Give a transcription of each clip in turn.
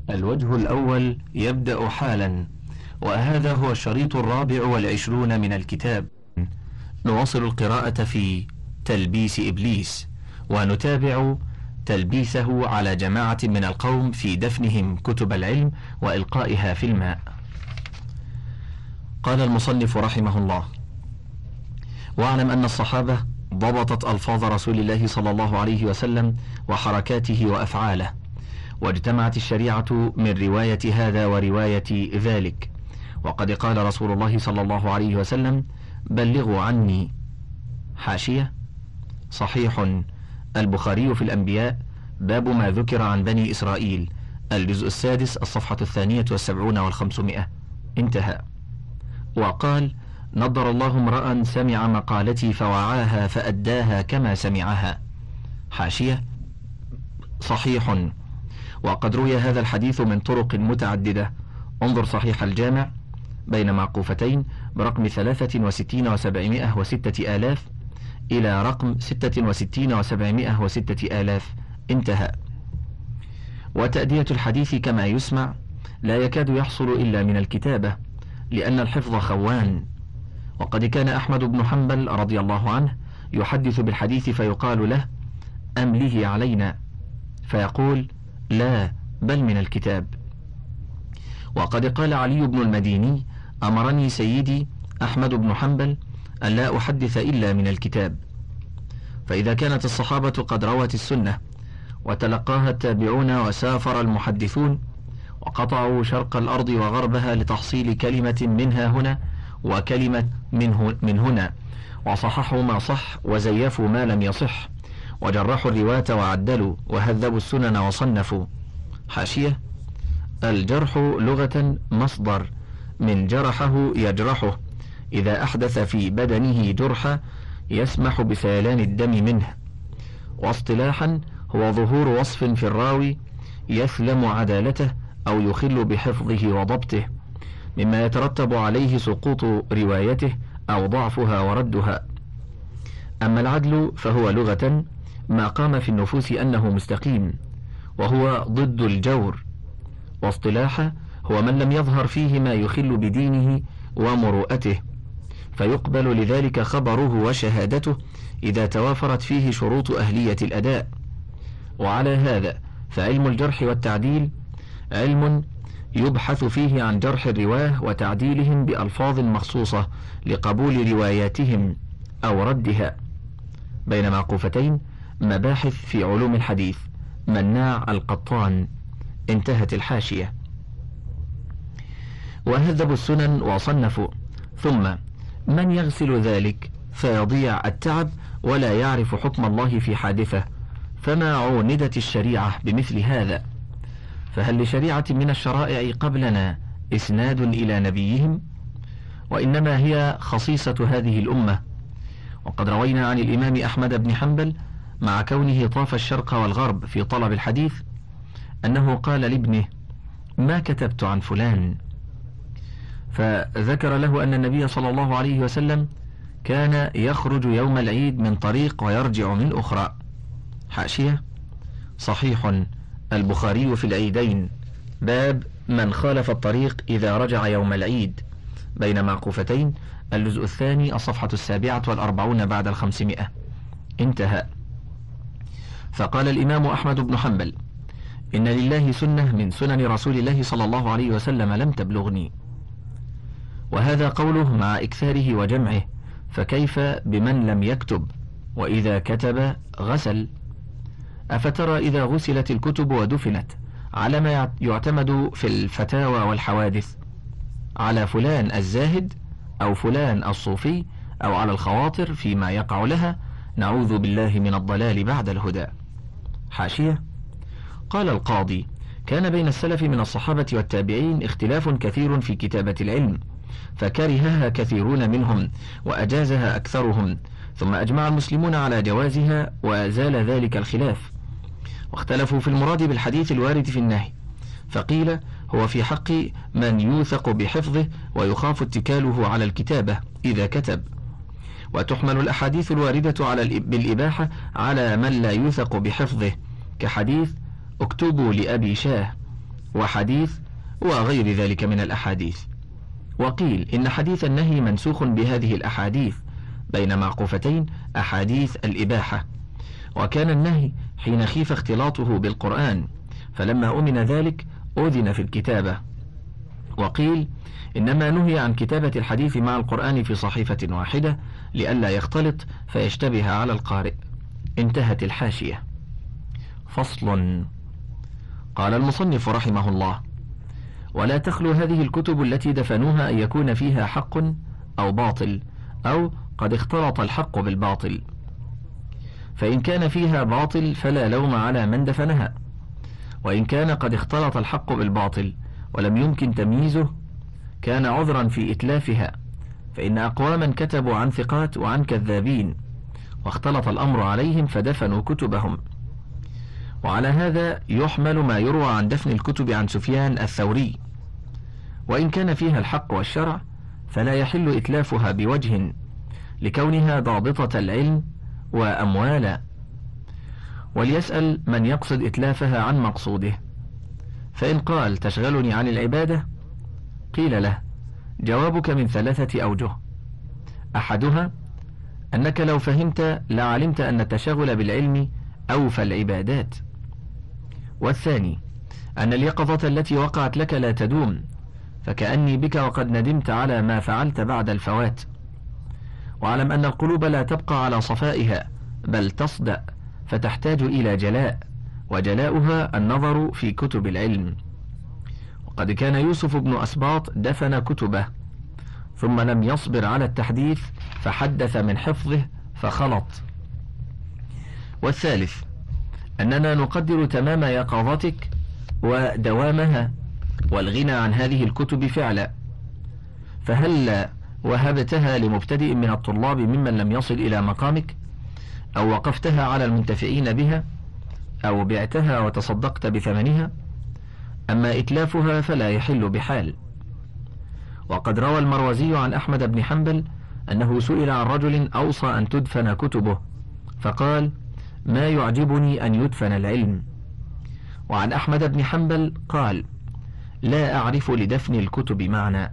الوجه الأول يبدأ حالا، وهذا هو الشريط 24 من الكتاب. نواصل القراءة في تلبيس إبليس، ونتابع تلبيسه على جماعة من القوم في دفنهم كتب العلم وإلقائها في الماء. قال المصنف رحمه الله: واعلم أن الصحابة ضبطت ألفاظ رسول الله صلى الله عليه وسلم وحركاته وأفعاله، واجتمعت الشريعة من رواية هذا ورواية ذلك. وقد قال رسول الله صلى الله عليه وسلم: بلغوا عني. حاشية: صحيح البخاري في الأنبياء، باب ما ذكر عن بني إسرائيل، الجزء 6 الصفحة 72 و500. انتهى. وقال: نضر الله امرأ سمع مقالتي فوعاها فأداها كما سمعها. حاشية: صحيح، وقد روي هذا الحديث من طرق متعددة. انظر صحيح الجامع بين معقوفتين برقم 63 و706 آلاف إلى رقم 66 و706 آلاف. انتهى. وتأدية الحديث كما يسمع لا يكاد يحصل إلا من الكتابة، لأن الحفظ خوان. وقد كان أحمد بن حنبل رضي الله عنه يحدث بالحديث فيقال له: أمله علينا، فيقول: لا، بل من الكتاب. وقد قال علي بن المديني: أمرني سيدي أحمد بن حنبل أن لا أحدث إلا من الكتاب. فإذا كانت الصحابة قد روت السنة وتلقاها التابعون وسافر المحدثون وقطعوا شرق الأرض وغربها لتحصيل كلمة منها هنا وكلمة من هنا، وصححوا ما صح وزيفوا ما لم يصح، وجرحوا الرواة وعدلوا وهذبوا السنن وصنفوا. حاشية: الجرح لغة مصدر من جرحه يجرحه، إذا أحدث في بدنه جرحا يسمح بسيلان الدم منه. واصطلاحا هو ظهور وصف في الراوي يثلم عدالته أو يخل بحفظه وضبطه، مما يترتب عليه سقوط روايته أو ضعفها وردها. أما العدل فهو لغة ما قام في النفوس أنه مستقيم، وهو ضد الجور. واصطلاحا هو من لم يظهر فيه ما يخل بدينه ومروءته، فيقبل لذلك خبره وشهادته إذا توافرت فيه شروط أهلية الأداء. وعلى هذا فعلم الجرح والتعديل علم يبحث فيه عن جرح الرواه وتعديلهم بألفاظ مخصوصة لقبول رواياتهم أو ردها. بين معقوفتين مباحث في علوم الحديث، مناع القطان. انتهت الحاشية. وهذبوا السنن وصنفوا، ثم من يغسل ذلك فيضيع التعب ولا يعرف حكم الله في حادثة، فما عوندت الشريعة بمثل هذا؟ فهل لشريعة من الشرائع قبلنا إسناد إلى نبيهم؟ وإنما هي خصيصة هذه الأمة. وقد روينا عن الإمام أحمد بن حنبل مع كونه طاف الشرق والغرب في طلب الحديث أنه قال لابنه: ما كتبت عن فلان؟ فذكر له أن النبي صلى الله عليه وسلم كان يخرج يوم العيد من طريق ويرجع من أخرى. حاشية: صحيح البخاري في العيدين، باب من خالف الطريق إذا رجع يوم العيد، بين معقوفتين الجزء 2 الصفحة 47 بعد 500. انتهى. فقال الإمام أحمد بن حنبل: إن لله سنة من سنن رسول الله صلى الله عليه وسلم لم تبلغني. وهذا قوله مع إكثاره وجمعه، فكيف بمن لم يكتب؟ وإذا كتب غسل. أفترى إذا غسلت الكتب ودفنت على ما يعتمد في الفتاوى والحوادث، على فلان الزاهد أو فلان الصوفي أو على الخواطر فيما يقع لها، نعوذ بالله من الضلال بعد الهدى. حاشية: قال القاضي: كان بين السلف من الصحابة والتابعين اختلاف كثير في كتابة العلم، فكرهها كثيرون منهم وأجازها أكثرهم، ثم أجمع المسلمون على جوازها وزال ذلك الخلاف. واختلفوا في المراد بالحديث الوارد في النهي، فقيل هو في حق من يوثق بحفظه ويخاف اتكاله على الكتابة إذا كتب. وتحمل الأحاديث الواردة بالإباحة على من لا يوثق بحفظه، كحديث اكتبوا لأبي شاه، وحديث وغير ذلك من الأحاديث. وقيل إن حديث النهي منسوخ بهذه الأحاديث، بين معقوفتين أحاديث الإباحة، وكان النهي حين خيف اختلاطه بالقرآن، فلما أمن ذلك أذن في الكتابة. وقيل إنما نهي عن كتابة الحديث مع القرآن في صحيفة واحدة لئلا يختلط فيشتبه على القارئ. انتهت الحاشية. فصل. قال المصنف رحمه الله: ولا تخلو هذه الكتب التي دفنوها أن يكون فيها حق أو باطل، أو قد اختلط الحق بالباطل، فإن كان فيها باطل فلا لوم على من دفنها، وإن كان قد اختلط الحق بالباطل ولم يمكن تمييزه كان عذرا في إتلافها، فإن أقواما كتبوا عن ثقات وعن كذابين، واختلط الأمر عليهم فدفنوا كتبهم. وعلى هذا يحمل ما يروى عن دفن الكتب عن سفيان الثوري، وإن كان فيها الحق والشرع فلا يحل إتلافها بوجه، لكونها ضابطة العلم وأموالا. وليسأل من يقصد إتلافها عن مقصوده، فإن قال تشغلني عن العبادة قيل له: جوابك من 3 أوجه: أحدها أنك لو فهمت لعلمت أن التشغل بالعلم أوفى العبادات، والثاني أن اليقظة التي وقعت لك لا تدوم، فكأني بك وقد ندمت على ما فعلت بعد الفوات. واعلم أن القلوب لا تبقى على صفائها بل تصدأ، فتحتاج إلى جلاء، وجلاؤها النظر في كتب العلم. وقد كان يوسف بن أسباط دفن كتبه ثم لم يصبر على التحديث فحدث من حفظه فخلط. والثالث أننا نقدر تمام يقظتك ودوامها والغنى عن هذه الكتب فعلا، فهل وهبتها لمبتدئ من الطلاب ممن لم يصل إلى مقامك، أو وقفتها على المنتفعين بها، أو بعتها وتصدقت بثمنها؟ أما إتلافها فلا يحل بحال. وقد روى المروزي عن أحمد بن حنبل أنه سئل عن رجل أوصى أن تدفن كتبه فقال: ما يعجبني أن يدفن العلم. وعن أحمد بن حنبل قال: لا أعرف لدفن الكتب معنى.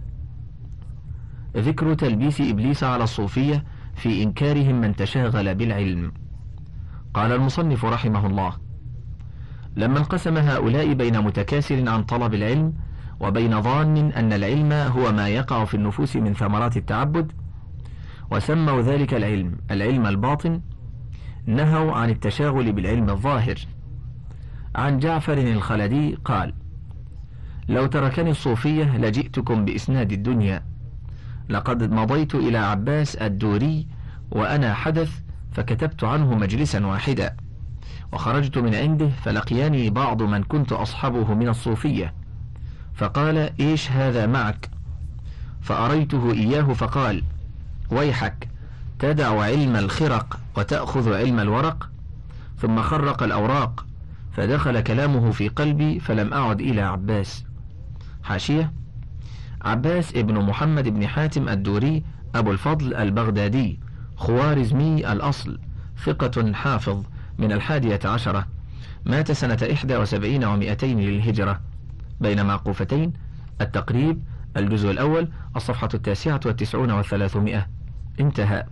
ذكر تلبيس إبليس على الصوفية في إنكارهم من تشاغل بالعلم. قال المصنف رحمه الله: لما انقسم هؤلاء بين متكاسل عن طلب العلم وبين ظان أن العلم هو ما يقع في النفوس من ثمرات التعبد، وسموا ذلك العلم الباطن، نهوا عن التشاغل بالعلم الظاهر. عن جعفر الخلدي قال: لو تركني الصوفية لجئتكم بإسناد الدنيا. لقد مضيت إلى عباس الدوري وأنا حدث فكتبت عنه مجلسا واحدا، وخرجت من عنده فلقياني بعض من كنت أصحبه من الصوفية، فقال: إيش هذا معك؟ فأريته إياه فقال: ويحك، تدع علم الخرق وتأخذ علم الورق. ثم خرق الأوراق، فدخل كلامه في قلبي فلم أعد إلى عباس. حاشية: عباس ابن محمد بن حاتم الدوري أبو الفضل البغدادي، خوارزمي الأصل، ثقة حافظ، من 11، مات سنة 71 و200 للهجرة، بين معقوفتين: التقريب الجزء الأول الصفحة 99 و300. انتهى.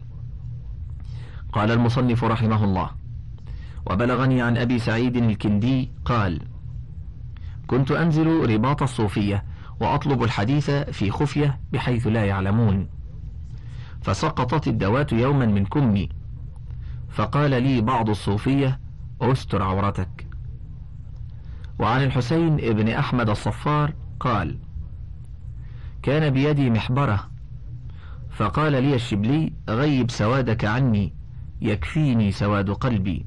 قال المصنف رحمه الله: وبلغني عن أبي سعيد الكندي قال: كنت أنزل رباط الصوفية وأطلب الحديث في خفية بحيث لا يعلمون، فسقطت الدوات يوما من كمي، فقال لي بعض الصوفية: استر عورتك. وعن الحسين ابن أحمد الصفار قال: كان بيدي محبرة، فقال لي الشبلي: غيب سوادك عني يكفيني سواد قلبي.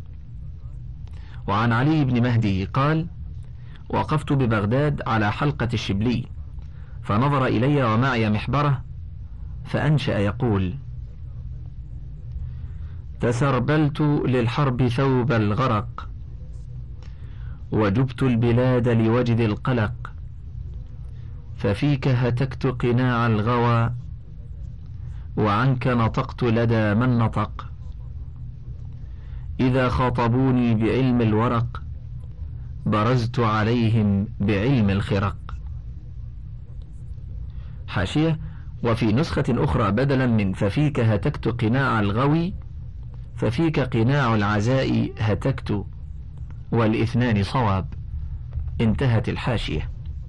وعن علي بن مهدي قال: وقفت ببغداد على حلقة الشبلي، فنظر إلي ومعي محبرة، فأنشأ يقول: تسربلت للحرب ثوب الغرق، وجبت البلاد لوجد القلق، ففيك هتكت قناع الغوى، وعنك نطقت لدى من نطق. إذا خاطبوني بعلم الورق برزت عليهم بعلم الخرق. حاشية: وفي نسخة أخرى بدلا من ففيك هتكت قناع الغوي ففيك قناع العزاء هتكت، والاثنان صواب. انتهت الحاشية.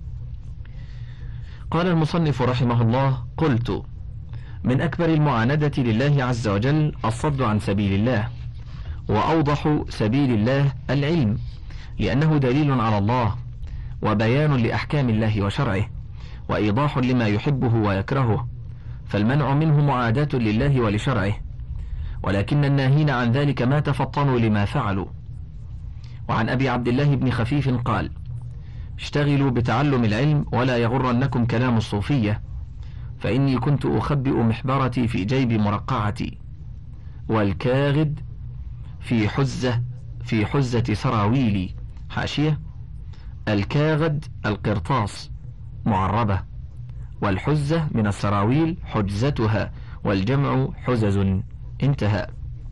قال المصنف رحمه الله: قلت: من أكبر المعاندة لله عز وجل الصد عن سبيل الله، وأوضح سبيل الله العلم، لأنه دليل على الله وبيان لأحكام الله وشرعه وإيضاح لما يحبه ويكرهه، فالمنع منه معاداة لله ولشرعه، ولكن الناهين عن ذلك ما تفطنوا لما فعلوا. وعن أبي عبد الله بن خفيف قال: اشتغلوا بتعلم العلم ولا يغرنكم كلام الصوفية، فإني كنت أخبئ محبرتي في جيب مرقعتي، والكاغد في حزة سراويلي. حاشية: الكاغد القرطاس معربة، والحزة من السراويل حجزتها، والجمع حزز. انتهى.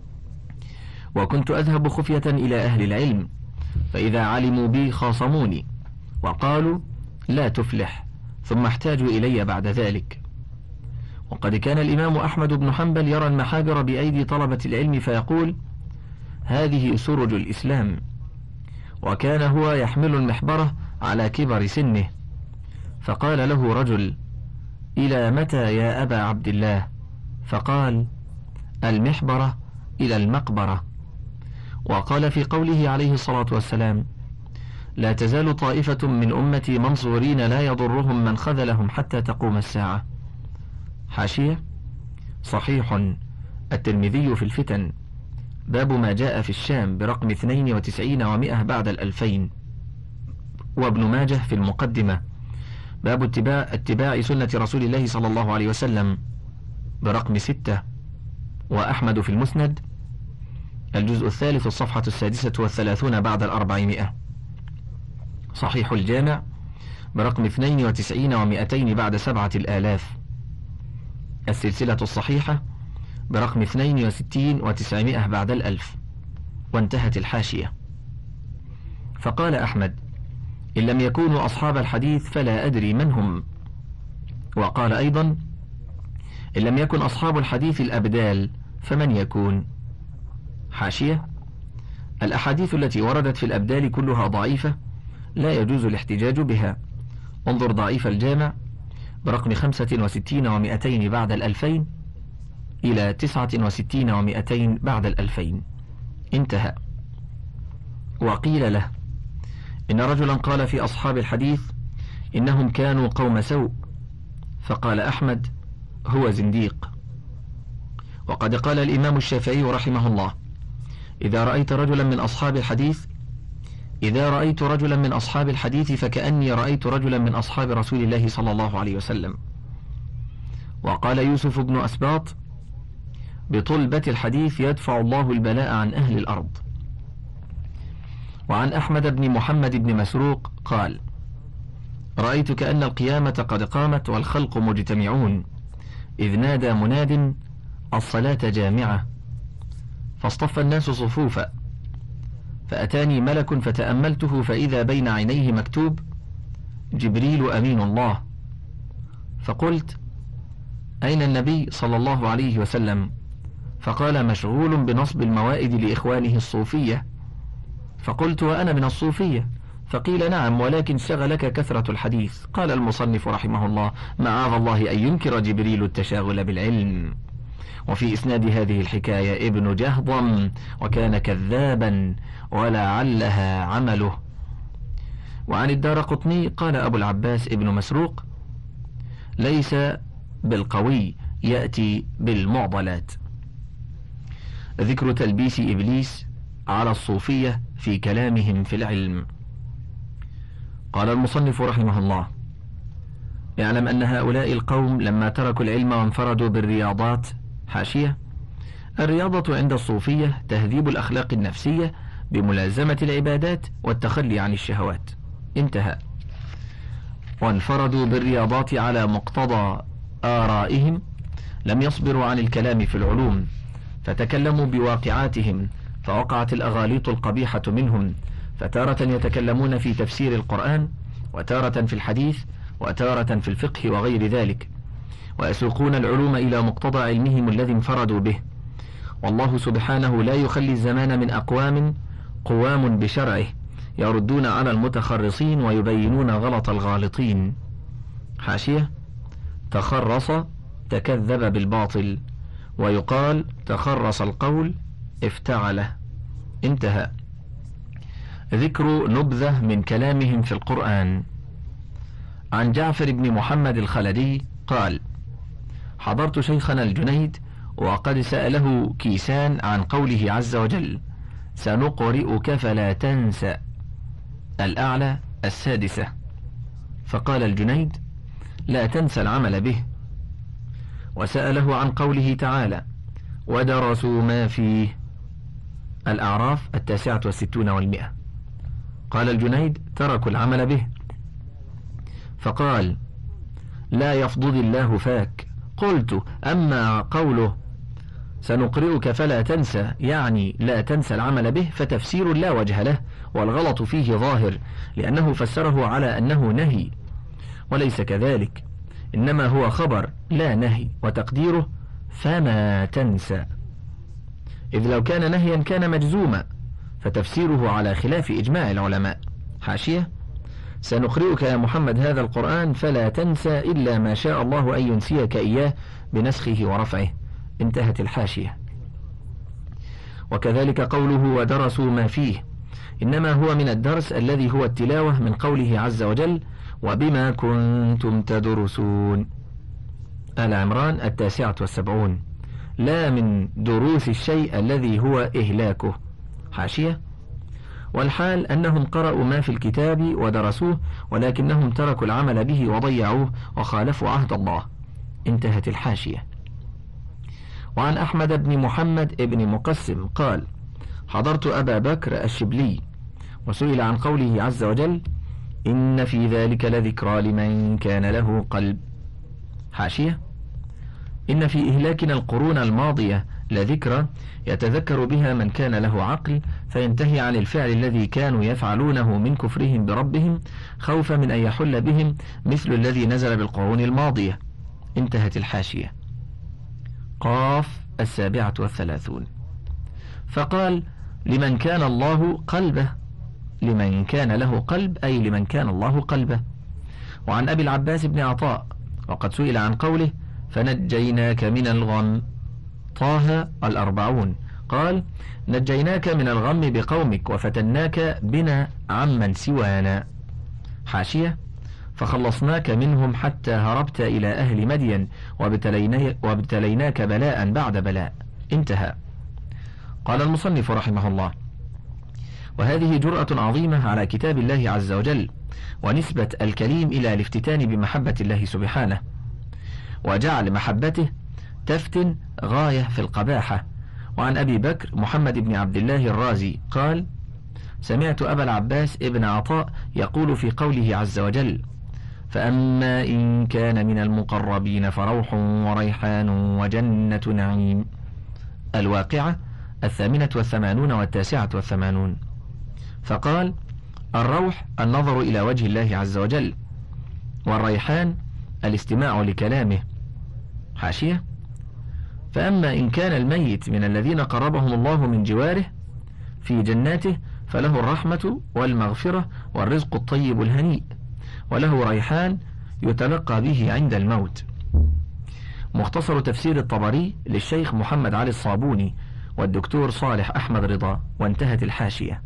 وكنت أذهب خفية إلى أهل العلم، فإذا علموا بي خاصموني وقالوا لا تفلح، ثم احتاجوا إلي بعد ذلك. وقد كان الإمام أحمد بن حنبل يرى المحاجر بأيدي طلبة العلم فيقول: هذه سرج الإسلام. وكان هو يحمل المحبرة على كبر سنه، فقال له رجل: إلى متى يا أبا عبد الله؟ فقال: المحبرة إلى المقبرة. وقال في قوله عليه الصلاة والسلام: لا تزال طائفة من أمتي منصورين لا يضرهم من خذلهم حتى تقوم الساعة. حاشية: صحيح الترمذي في الفتن، باب ما جاء في الشام برقم 92 و100 بعد 2000. وابن ماجه في المقدمة، باب اتباع سنة رسول الله صلى الله عليه وسلم برقم 6. وأحمد في المسند الجزء 3 الصفحة 36 بعد 400. صحيح الجامع برقم 92 و200 بعد 7000. السلسلة الصحيحة برقم 62 و900 بعد 1000. وانتهت الحاشية. فقال أحمد: إن لم يكونوا أصحاب الحديث فلا أدري من هم. وقال أيضا: إن لم يكن أصحاب الحديث الأبدال فمن يكون؟ حاشية: الأحاديث التي وردت في الأبدال كلها ضعيفة لا يجوز الاحتجاج بها. انظر ضعيف الجامع برقم 65 و200 بعد 2000 إلى 69 و200 بعد 2000. انتهى. وقيل له: إن رجلا قال في أصحاب الحديث إنهم كانوا قوم سوء، فقال أحمد: هو زنديق. وقد قال الإمام الشافعي رحمه الله: إذا رأيت رجلا من أصحاب الحديث فكأني رأيت رجلا من أصحاب رسول الله صلى الله عليه وسلم. وقال يوسف بن أسباط: بطلبة الحديث يدفع الله البلاء عن أهل الأرض. وعن أحمد بن محمد بن مسروق قال: رأيت كأن القيامة قد قامت والخلق مجتمعون، إذ نادى مناد: الصلاة جامعة، فاصطف الناس صفوفا، فأتاني ملك فتأملته فإذا بين عينيه مكتوب: جبريل أمين الله. فقلت: أين النبي صلى الله عليه وسلم؟ فقال: مشغول بنصب الموائد لإخوانه الصوفية. فقلت: وأنا من الصوفية؟ فقيل: نعم، ولكن شغلك كثرة الحديث. قال المصنف رحمه الله: معاذ الله أن ينكر جبريل التشاغل بالعلم. وفي إسناد هذه الحكاية ابن جهضم، وكان كذابا ولعلها عمله. وعن الدارقطني قال أبو العباس ابن مسروق: ليس بالقوي، يأتي بالمعضلات. ذكر تلبيس إبليس على الصوفية في كلامهم في العلم. قال المصنف رحمه الله: اعلم أن هؤلاء القوم لما تركوا العلم وانفردوا بالرياضات. حاشية: الرياضة عند الصوفية تهذيب الأخلاق النفسية بملازمة العبادات والتخلي عن الشهوات. انتهى. وانفردوا بالرياضات على مقتضى آرائهم، لم يصبروا عن الكلام في العلوم، فتكلموا بواقعاتهم، فوقعت الأغاليط القبيحة منهم، فتارة يتكلمون في تفسير القرآن، وتارة في الحديث، وتارة في الفقه وغير ذلك، ويسوقون العلوم إلى مقتضى علمهم الذي انفردوا به. والله سبحانه لا يخلي الزمان من أقوام قوام بشرعه يردون على المتخرصين ويبينون غلط الغالطين. حاشية: تخرص تكذب بالباطل، ويقال تخرص القول افتعله. انتهى. ذكر نبذة من كلامهم في القرآن. عن جعفر بن محمد الخلدي قال: حضرت شيخنا الجنيد وقد سأله كيسان عن قوله عز وجل: سنقرئك فلا تنسى، الأعلى 6. فقال الجنيد: لا تنسى العمل به. وسأله عن قوله تعالى: ودرسوا ما فيه، الأعراف 69 و100. قال الجنيد: تركوا العمل به. فقال: لا يفضض الله فاك. قلت: أما قوله سنقرئك فلا تنسى يعني لا تنسى العمل به، فتفسير لا وجه له، والغلط فيه ظاهر، لأنه فسره على أنه نهي، وليس كذلك، إنما هو خبر لا نهي، وتقديره فما تنسى، إذ لو كان نهيا كان مجزوما، فتفسيره على خلاف إجماع العلماء. حاشية: سنقرئك يا محمد هذا القرآن فلا تنسى إلا ما شاء الله أن ينسيك إياه بنسخه ورفعه. انتهت الحاشية. وكذلك قوله ودرسوا ما فيه، إنما هو من الدرس الذي هو التلاوة من قوله عز وجل: وبما كنتم تدرسون، آل عمران 79، لا من دروس الشيء الذي هو إهلاكه. حاشية: والحال أنهم قرأوا ما في الكتاب ودرسوه، ولكنهم تركوا العمل به وضيعوه وخالفوا عهد الله. انتهت الحاشية. وعن أحمد بن محمد بن مقسم قال: حضرت أبا بكر الشبلي وسئل عن قوله عز وجل: إن في ذلك لذكرى لمن كان له قلب. حاشية: إن في إهلاكنا القرون الماضية لذكرى يتذكر بها من كان له عقل، فينتهي عن الفعل الذي كانوا يفعلونه من كفرهم بربهم، خوفا من أن يحل بهم مثل الذي نزل بالقرون الماضية. انتهت الحاشية. قاف 37. فقال: لمن كان الله قلبه، لمن كان له قلب أي لمن كان الله قلبه. وعن أبي العباس بن عطاء وقد سئل عن قوله: فنجيناك من الغم، طه 40، قال: نجيناك من الغم بقومك وفتناك بنا عمن سوانا. حاشية: فخلصناك منهم حتى هربت إلى أهل مدين وابتليناك بلاء بعد بلاء. انتهى. قال المصنف رحمه الله: وهذه جرأة عظيمة على كتاب الله عز وجل، ونسبة الكليم إلى الافتتان بمحبة الله سبحانه، وجعل محبته تفتن غاية في القباحة. وعن أبي بكر محمد بن عبد الله الرازي قال: سمعت أبا العباس ابن عطاء يقول في قوله عز وجل: فأما إن كان من المقربين فروح وريحان وجنة نعيم، الواقعة 88 و89. فقال: الروح النظر إلى وجه الله عز وجل، والريحان الاستماع لكلامه. حاشية: فأما إن كان الميت من الذين قربهم الله من جواره في جناته فله الرحمة والمغفرة والرزق الطيب الهنيء، وله ريحان يتلقى به عند الموت. مختصر تفسير الطبري للشيخ محمد علي الصابوني والدكتور صالح أحمد رضا. وانتهت الحاشية.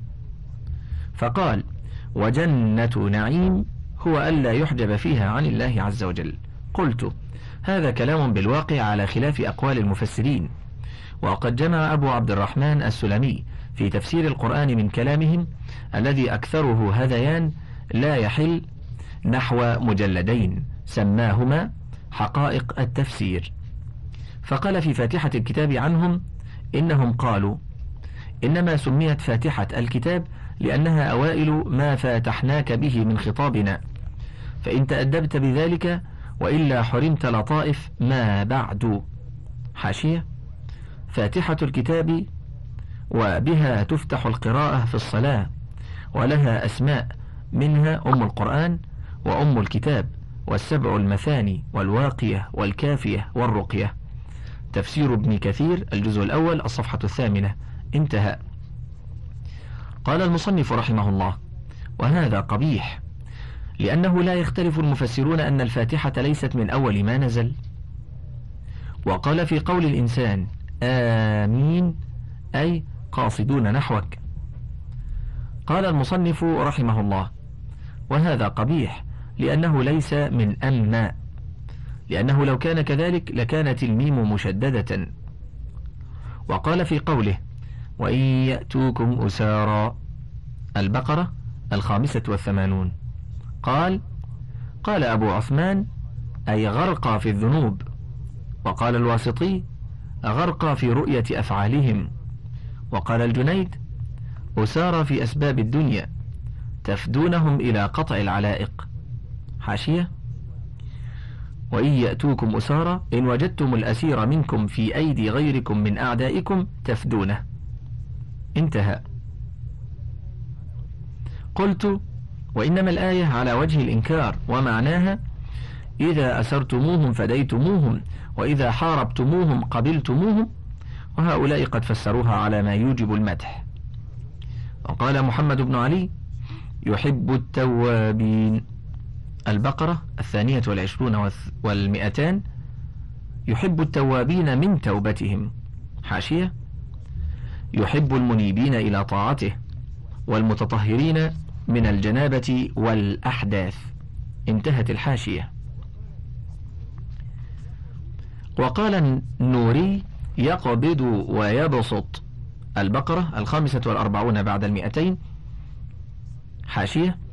فقال: وجنة نعيم هو ألا يحجب فيها عن الله عز وجل. قلت: هذا كلام بالواقع على خلاف أقوال المفسرين، وقد جمع أبو عبد الرحمن السلمي في تفسير القرآن من كلامهم الذي أكثره هذيان لا يحل نحو مجلدين، سماهما حقائق التفسير. فقال في فاتحة الكتاب عنهم: إنهم قالوا إنما سميت فاتحة الكتاب لأنها أوائل ما فاتحناك به من خطابنا، فإن تأدبت بذلك وإلا حرمت لطائف ما بعد. حاشية: فاتحة الكتاب وبها تفتح القراءة في الصلاة، ولها أسماء، منها أم القرآن وأم الكتاب والسبع المثاني والواقية والكافية والرقية. تفسير ابن كثير الجزء الأول الصفحة 8. انتهى. قال المصنف رحمه الله: وهذا قبيح، لأنه لا يختلف المفسرون أن الفاتحة ليست من أول ما نزل. وقال في قول الإنسان آمين أي قاصدون نحوك. قال المصنف رحمه الله: وهذا قبيح، لأنه ليس من أمنا، لأنه لو كان كذلك لكانت الميم مشددة. وقال في قوله: وإن يأتوكم أسارى، البقرة 85. قال أبو عثمان: أي غرقى في الذنوب. وقال الواسطي: غرقى في رؤية أفعالهم. وقال الجنيد: أسارى في أسباب الدنيا تفدونهم إلى قطع العلائق. حاشية: وإن يأتوكم أسارى إن وجدتم الأسير منكم في أيدي غيركم من أعدائكم تفدونه. انتهى. قلت: وإنما الآية على وجه الإنكار، ومعناها إذا أسرتموهم فديتموهم، وإذا حاربتموهم قبلتموهم، وهؤلاء قد فسروها على ما يوجب المدح. وقال محمد بن علي: يحب التوابين، البقرة 22 و200. يحب التوابين من توبتهم. حاشية: يحب المنيبين إلى طاعته والمتطهرين من الجنابة والأحداث. انتهت الحاشية. وقال النوري: يقبض ويبسط، البقرة 45 بعد 200. حاشية: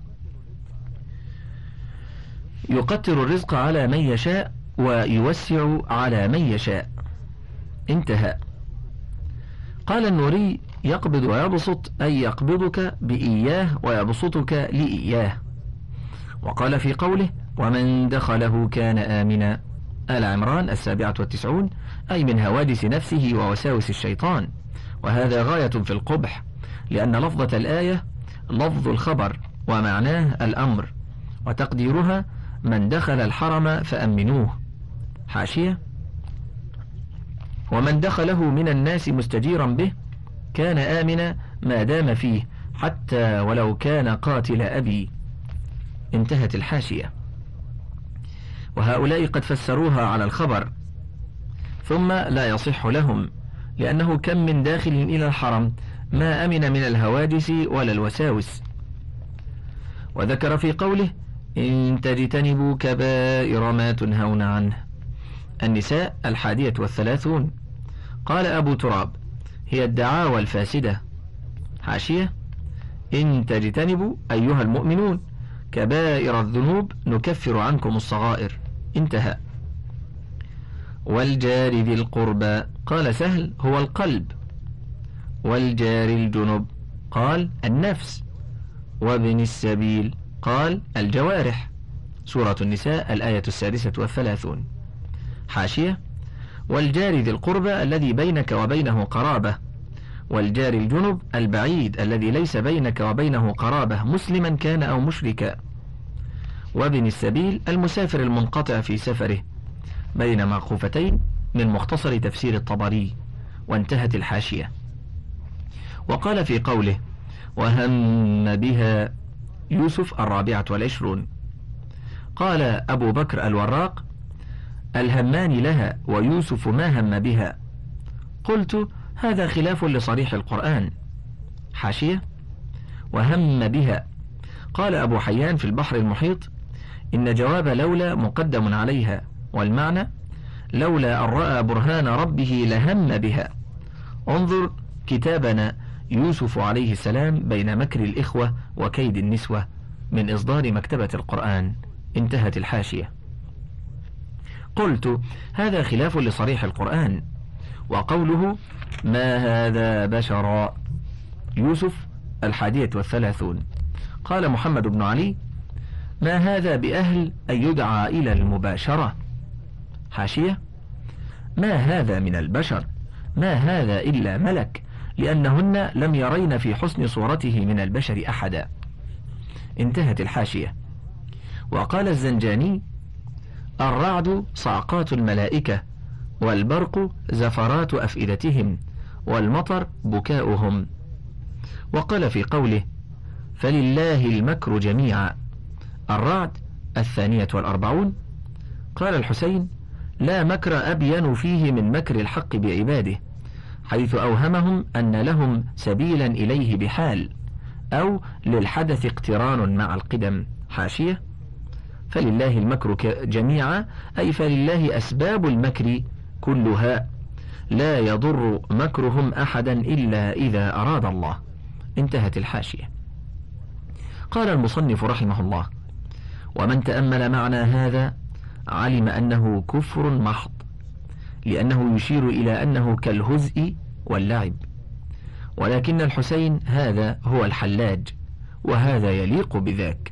يقتر الرزق على من يشاء ويوسع على من يشاء. انتهى. قال النوري: يقبض ويبسط أي يقبضك بإياه ويبسطك لإياه. وقال في قوله: ومن دخله كان آمنا، آل عمران 97، أي من هواجس نفسه ووساوس الشيطان. وهذا غاية في القبح، لأن لفظة الآية لفظ الخبر ومعناه الأمر، وتقديرها من دخل الحرم فأمنوه. حاشية: ومن دخله من الناس مستجيرا به كان آمنا ما دام فيه، حتى ولو كان قاتل أبي. انتهت الحاشية. وهؤلاء قد فسروها على الخبر، ثم لا يصح لهم، لأنه كم من داخل إلى الحرم ما أمن من الهواجس ولا الوساوس. وذكر في قوله: إن تجتنبوا كبائر ما تنهون عنه، النساء 31. قال أبو تراب: هي الدعاوى الفاسدة. حاشية: إن تجتنبوا أيها المؤمنون كبائر الذنوب نكفر عنكم الصغائر. انتهى. والجار ذي القربى، قال سهل: هو القلب. والجار الجنب، قال: النفس. وابن السبيل، قال: الجوارح. سورة النساء الآية 36. حاشية: والجار ذي القربى الذي بينك وبينه قرابة، والجار الجنب البعيد الذي ليس بينك وبينه قرابة، مسلما كان أو مشركا. وابن السبيل المسافر المنقطع في سفره، بين معقوفتين، من مختصر تفسير الطبري. وانتهت الحاشية. وقال في قوله: وهم بها، يوسف 24. قال أبو بكر الوراق: الهمان لها ويوسف ما هم بها. قلت: هذا خلاف لصريح القرآن. حاشية: وهم بها. قال أبو حيان في البحر المحيط: إن جواب لولا مقدم عليها، والمعنى لولا أن رأى برهان ربه لهم بها. انظر كتابنا يوسف عليه السلام بين مكر الإخوة وكيد النسوة، من إصدار مكتبة القرآن. انتهت الحاشية. قلت: هذا خلاف لصريح القرآن. وقوله: ما هذا بشرا، يوسف 31. قال محمد بن علي: ما هذا بأهل أن يدعى إلى المباشرة. حاشية: ما هذا من البشر، ما هذا إلا ملك، لأنهن لم يرين في حسن صورته من البشر أحدا. انتهت الحاشية. وقال الزنجاني: الرعد صعقات الملائكة، والبرق زفرات أفئدتهم، والمطر بكاؤهم. وقال في قوله: فلله المكر جميعا، الرعد 42. قال الحسين: لا مكر أبين فيه من مكر الحق بعباده، حيث أوهمهم أن لهم سبيلا إليه بحال، أو للحدث اقتران مع القدم. حاشية: فلله المكر جميعا أي فلله أسباب المكر كلها، لا يضر مكرهم أحدا إلا إذا أراد الله. انتهت الحاشية. قال المصنف رحمه الله: ومن تأمل معنى هذا علم أنه كفر محض، لأنه يشير إلى أنه كالهزء واللعب، ولكن الحسين هذا هو الحلاج، وهذا يليق بذاك.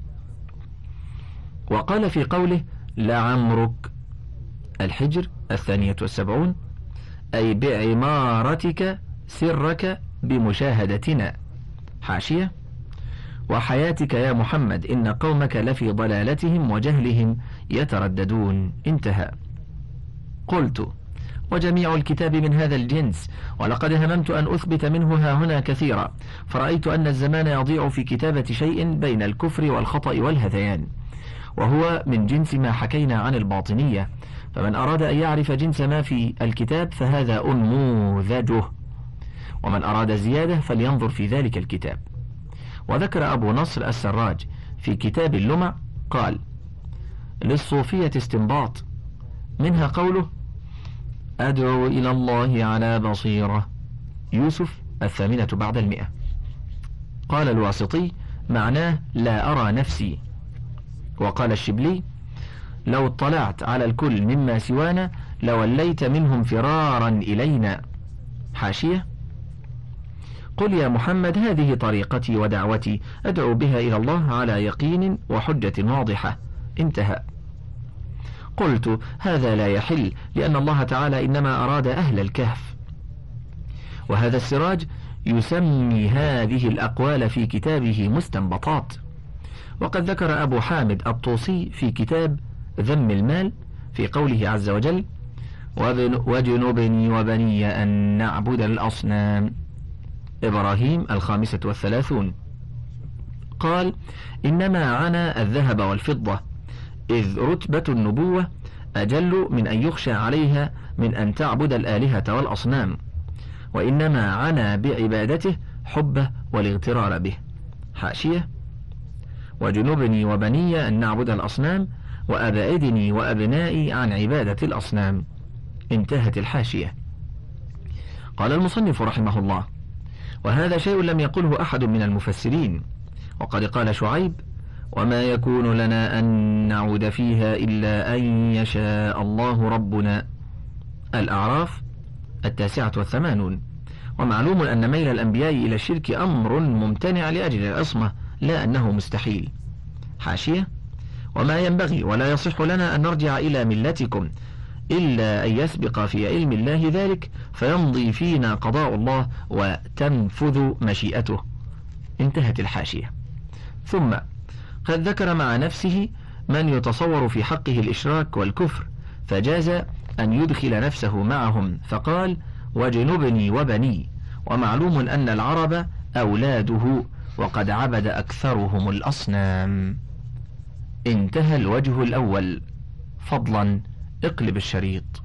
وقال في قوله: لعمرك، الحجر 72، أي بعمارتك سرك بمشاهدتنا. حاشية: وحياتك يا محمد إن قومك لفي ضلالتهم وجهلهم يترددون. انتهى. قلت: وجميع الكتاب من هذا الجنس، ولقد هممت أن أثبت منه ها هنا كثيرا، فرأيت أن الزمان يضيع في كتابة شيء بين الكفر والخطأ والهذيان، وهو من جنس ما حكينا عن الباطنية، فمن أراد أن يعرف جنس ما في الكتاب فهذا أنموذجه، ومن أراد زيادة فلينظر في ذلك الكتاب. وذكر أبو نصر السراج في كتاب اللمع قال: للصوفية استنباط، منها قوله: أدعو إلى الله على بصيرة، يوسف 8 بعد 100. قال الواسطي: معناه لا أرى نفسي. وقال الشبلي: لو اطلعت على الكل مما سوانا لوليت منهم فرارا إلينا. حاشية: قل يا محمد هذه طريقتي ودعوتي أدعو بها إلى الله على يقين وحجة واضحة. انتهى. قلت: هذا لا يحل، لأن الله تعالى إنما أراد أهل الكهف. وهذا السراج يسمي هذه الأقوال في كتابه مستنبطات. وقد ذكر أبو حامد الطوسي في كتاب ذم المال في قوله عز وجل: واجنبني وبني أن نعبد الأصنام، إبراهيم 35، قال: إنما عنا الذهب والفضة، إذ رتبة النبوة أجل من أن يخشى عليها من أن تعبد الآلهة والأصنام، وإنما عنا بعبادته حبه والاغترار به. حاشية: وجنبني وبني أن نعبد الأصنام، وأبعدني وأبنائي عن عبادة الأصنام. انتهت الحاشية. قال المصنف رحمه الله: وهذا شيء لم يقله أحد من المفسرين، وقد قال شعيب: وما يكون لنا أن نعود فيها إلا أن يشاء الله ربنا، الأعراف 89. ومعلوم أن ميل الأنبياء إلى الشرك أمر ممتنع لأجل العصمة، لا أنه مستحيل. حاشية: وما ينبغي ولا يصح لنا أن نرجع إلى ملتكم إلا أن يسبق في علم الله ذلك، فيمضي فينا قضاء الله وتنفذ مشيئته. انتهت الحاشية. ثم قد ذكر مع نفسه من يتصور في حقه الإشراك والكفر، فجاز أن يدخل نفسه معهم، فقال: وجنبني وبني. ومعلوم أن العرب أولاده، وقد عبد أكثرهم الأصنام. انتهى الوجه الأول. فضلا اقلب الشريط.